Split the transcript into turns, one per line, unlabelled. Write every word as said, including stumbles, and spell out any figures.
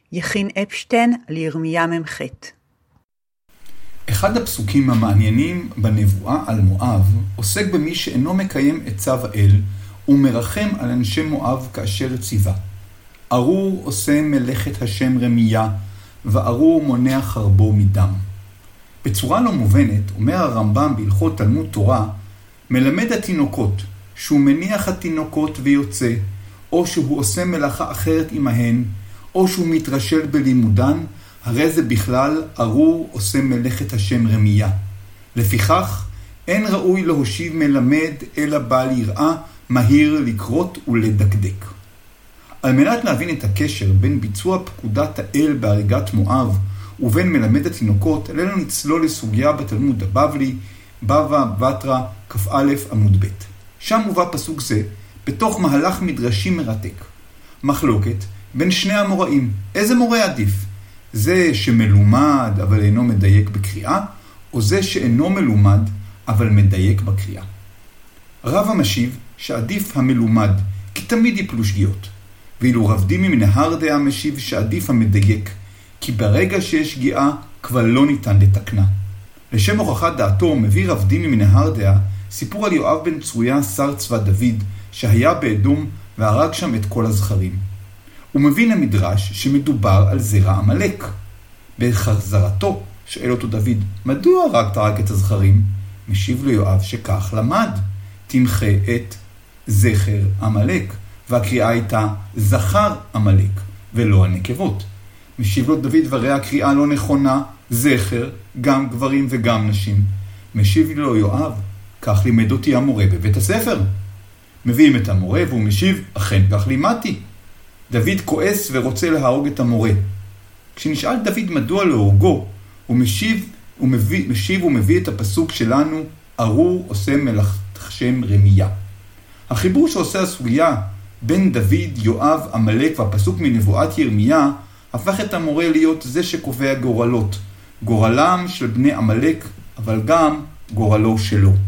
יכין אפשטיין לירמיה ממ"ח.
אחד הפסוקים המעניינים בנבואה על מואב עוסק במי שאינו מקיים את צו האל ומרחם על אנשי מואב כאשר ציווה. ארור עושה מלאכת השם רמיה, וארור מונע חרבו מדם. בצורה לא מובנת, אומר הרמב"ם בהלכות תלמוד תורה, מלמד התינוקות שהוא מניח התינוקות ויוצא, או שהוא עושה מלאכה אחרת עמהן, או שהוא מתרשל בלימודן, הרי זה בכלל ארור עושה מלאכת השם רמיה. לפיכך, אין ראוי להושיב מלמד אלא בעל יראה, מהיר לקרות ולדקדק. על מנת להבין את הקשר בין ביצוע פקודת האל בהריגת מואב ובין מלמד התינוקות, עלינו נצלול לסוגיה בתלמוד הבבלי, בבא בתרא כ"א עמוד ב'. שם מובא פסוק זה בתוך מהלך מדרשי מרתק. מחלוקת בין שני המוראים. איזה מורה עדיף? זה שמלומד אבל אינו מדייק בקריאה, או זה שאינו מלומד אבל מדייק בקריאה? רב המשיב שעדיף המלומד, כי תמיד יפלו שגיאות. ואילו רב דימי מנהרדעא המשיב שעדיף המדייק, כי ברגע שיש שגיאה כבר לא ניתן לתקנה. לשם הוכחת דעתו מביא רב דימי מנהרדעא סיפור על יואב בן צרויה שר צבא דוד, שהיה באדום והרג שם את כל הזכרים. הוא מבין המדרש שמדובר על זרע עמלק. בחזרתו שואל אותו דוד, מדוע הרגת רק את הזכרים? משיב לו יואב שכך למד, תמחה את זכר עמלק, והקריאה הייתה זכר עמלק ולא הנקבות. משיב לו דוד, והרי הקריאה לא נכונה, זכר, גם גברים וגם נשים. משיב לו יואב, כך לימד אותי המורה בבית הספר. מביאים את המורה והוא משיב, אכן כך לימדתי. דוד כועס ורוצה להרוג את המורה. כשנשאל דוד מדוע להורגו, הוא משיב, הוא מביא, משיב ומביא את הפסוק שלנו, ארור עושה מלאכת השם רמיה. החיבור שעושה הסוגיה בין דוד, יואב, עמלק והפסוק מנבואת ירמיה, הפך את המורה להיות זה שקובע גורלות. גורלם של בני עמלק, אבל גם גורלו שלו.